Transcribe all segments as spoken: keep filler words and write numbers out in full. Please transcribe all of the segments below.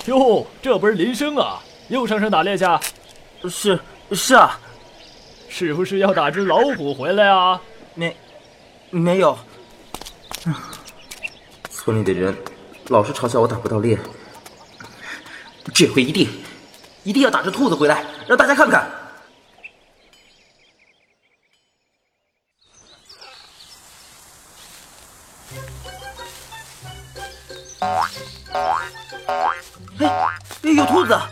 哟，这不是林生啊，又上山打猎去？ 是是啊， 是不是要打只老虎回来啊？ 没，没有。村里的人老是嘲笑我打不到猎，这回一定一定要打只兔子回来，让大家看看。哎，有兔子！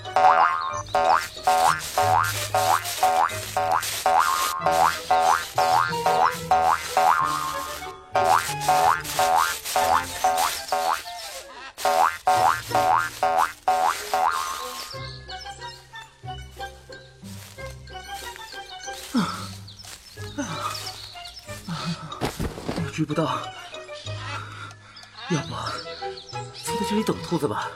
我追不到，要不就在这里等兔子吧。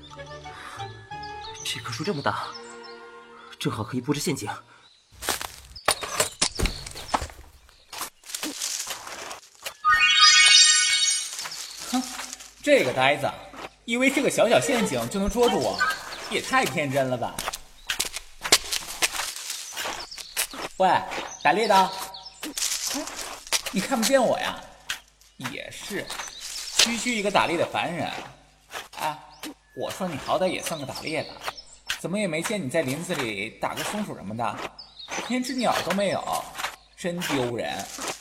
这棵树这么大，正好可以布置陷阱。 哼，这个呆子，以为是个小小陷阱就能捉住我，也太天真了吧！喂，打猎的，你看不见我呀？也是，区区一个打猎的凡人。哎，我说你好歹也算个打猎的，怎么也没见你在林子里打个松鼠什么的，连只鸟都没有，真丢人。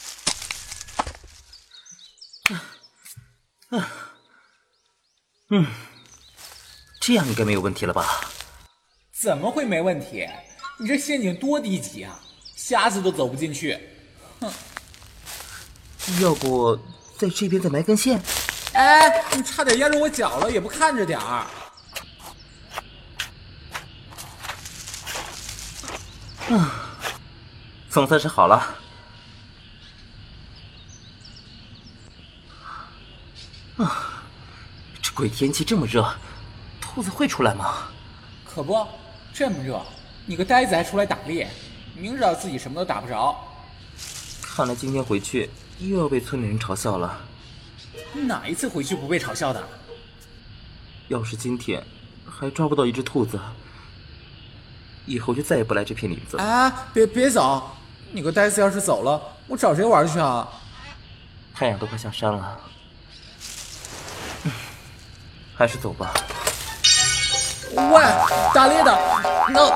嗯，这样应该没有问题了吧？ 怎么会没问题？你这陷阱多低级啊，瞎子都走不进去。哼， 要不在这边再埋根线？ 哎，你差点压着我脚了，也不看着点儿。 嗯，总算是好了。啊，这鬼天气这么热，兔子会出来吗？ 可不，这么热，你个呆子还出来打猎，明知道自己什么都打不着。 看来今天回去又要被村里人嘲笑了。 哪一次回去不被嘲笑的？ 要是今天还抓不到一只兔子，以后就再也不来这片林子了。 啊，别别走！你个呆子要是走了，我找谁玩去啊？ 太阳都快下山了，嗯，还是走吧。 喂，打猎的，那、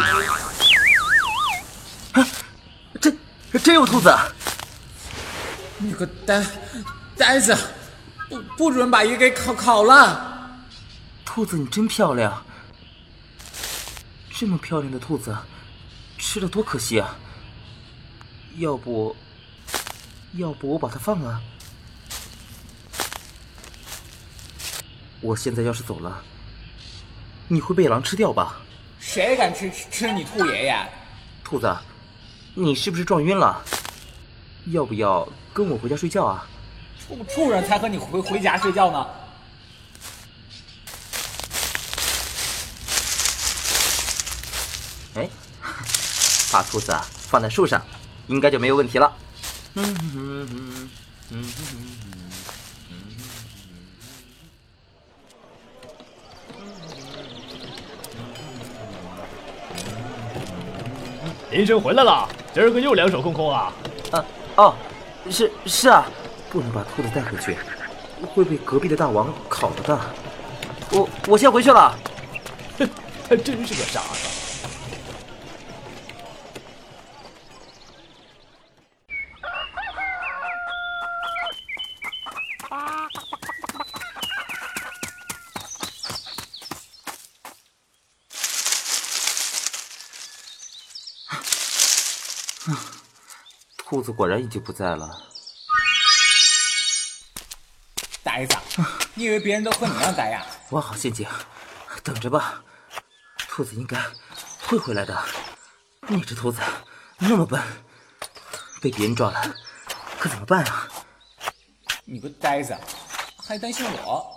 啊，真真有兔子！ 你个呆呆子，不不准把鱼给烤烤了！ 兔子你真漂亮，这么漂亮的兔子，吃了多可惜啊！要不，要不我把它放了？我现在要是走了，你会被狼吃掉吧？ 谁敢吃吃你兔爷爷？ 兔子，你是不是撞晕了？要不要跟我回家睡觉啊？ 畜畜生才和你回回家睡觉呢！ 哎，把兔子放在树上，应该就没有问题了。嗯嗯嗯嗯嗯嗯。 林生回来了，今儿个又两手空空啊！ 啊哦，是是啊，不能把兔子带回去，会被隔壁的大王烤了的。我我先回去了。 哼，还真是个傻子。 兔子果然已经不在了。 呆子，你以为别人都和你一样呆呀？ 挖好陷阱，等着吧。兔子应该会回来的。那只兔子那么笨，被别人抓了，可怎么办啊？ 你个呆子，还担心我？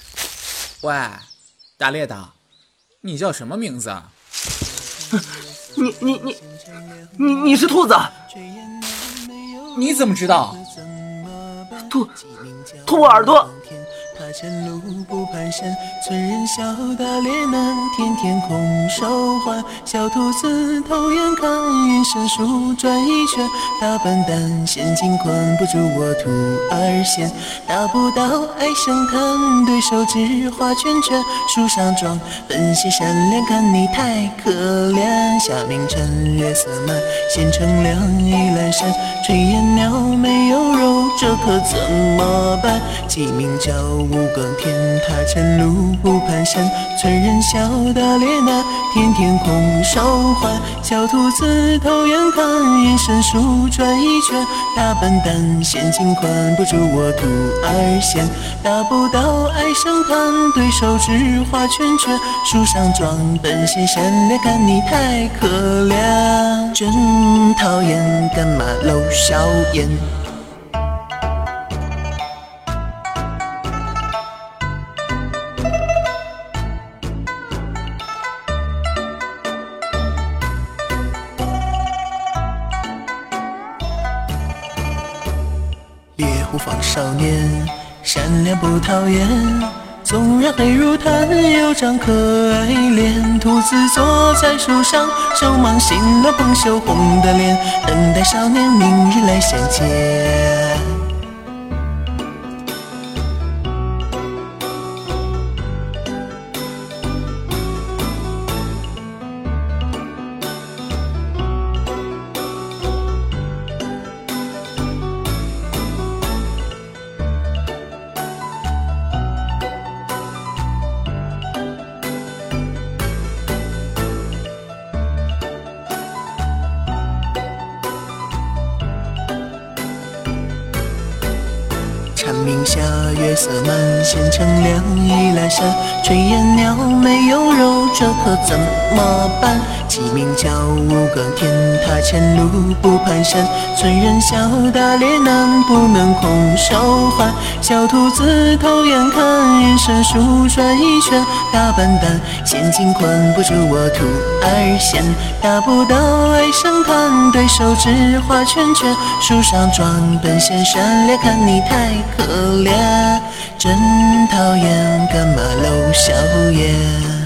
喂，打猎的，你叫什么名字啊？ 你你你你你是兔子？ 你怎么知道？ 兔兔耳朵。 他前路不蹒跚，村人笑打猎男，天天空手环。小兔子偷眼看，云深树转一圈。大笨蛋，陷阱困不住我兔儿仙。打不到爱生贪，对手只画圈圈。树上装本性善良，看你太可怜。夏明晨，月色满，县城凉意阑珊。炊烟袅没有肉，这可怎么办？鸡鸣叫五更天，他前路不蹒跚。村人笑打猎男，天天空手环。小兔子偷眼看，云深树转一圈。大笨蛋，陷阱困不住我兔儿仙。打不到爱生贪，对手只画圈圈。树上装本性善良，看你太可怜。真讨厌，干嘛露笑颜？猎户放少年，善良不讨厌。纵然黑如炭，又长可爱脸。兔子坐在树上，手忙心乱捧羞红的脸，等待少年明日来相见。蝉鸣下，月色满，县城凉意阑珊。炊烟袅没有肉，这可怎么办？鸡鸣叫五更天，他前路不蹒跚。村人笑打猎男，不能空手环。小兔子偷眼看，云深树转一圈。大笨蛋，陷阱困不住我兔儿仙。打不到爱生贪，对手只画圈圈。树上装本性善良，看你太可怜，真讨厌，干嘛露笑颜？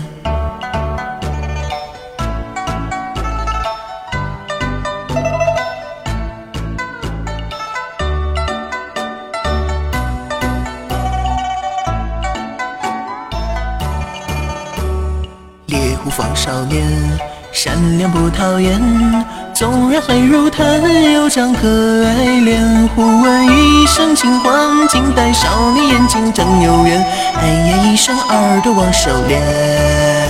猎户放少年，善良不讨厌。纵然黑如炭，又长可爱脸。忽闻一声轻唤，惊呆少年眼睛睁有圆。哎呀一声，耳朵往手连。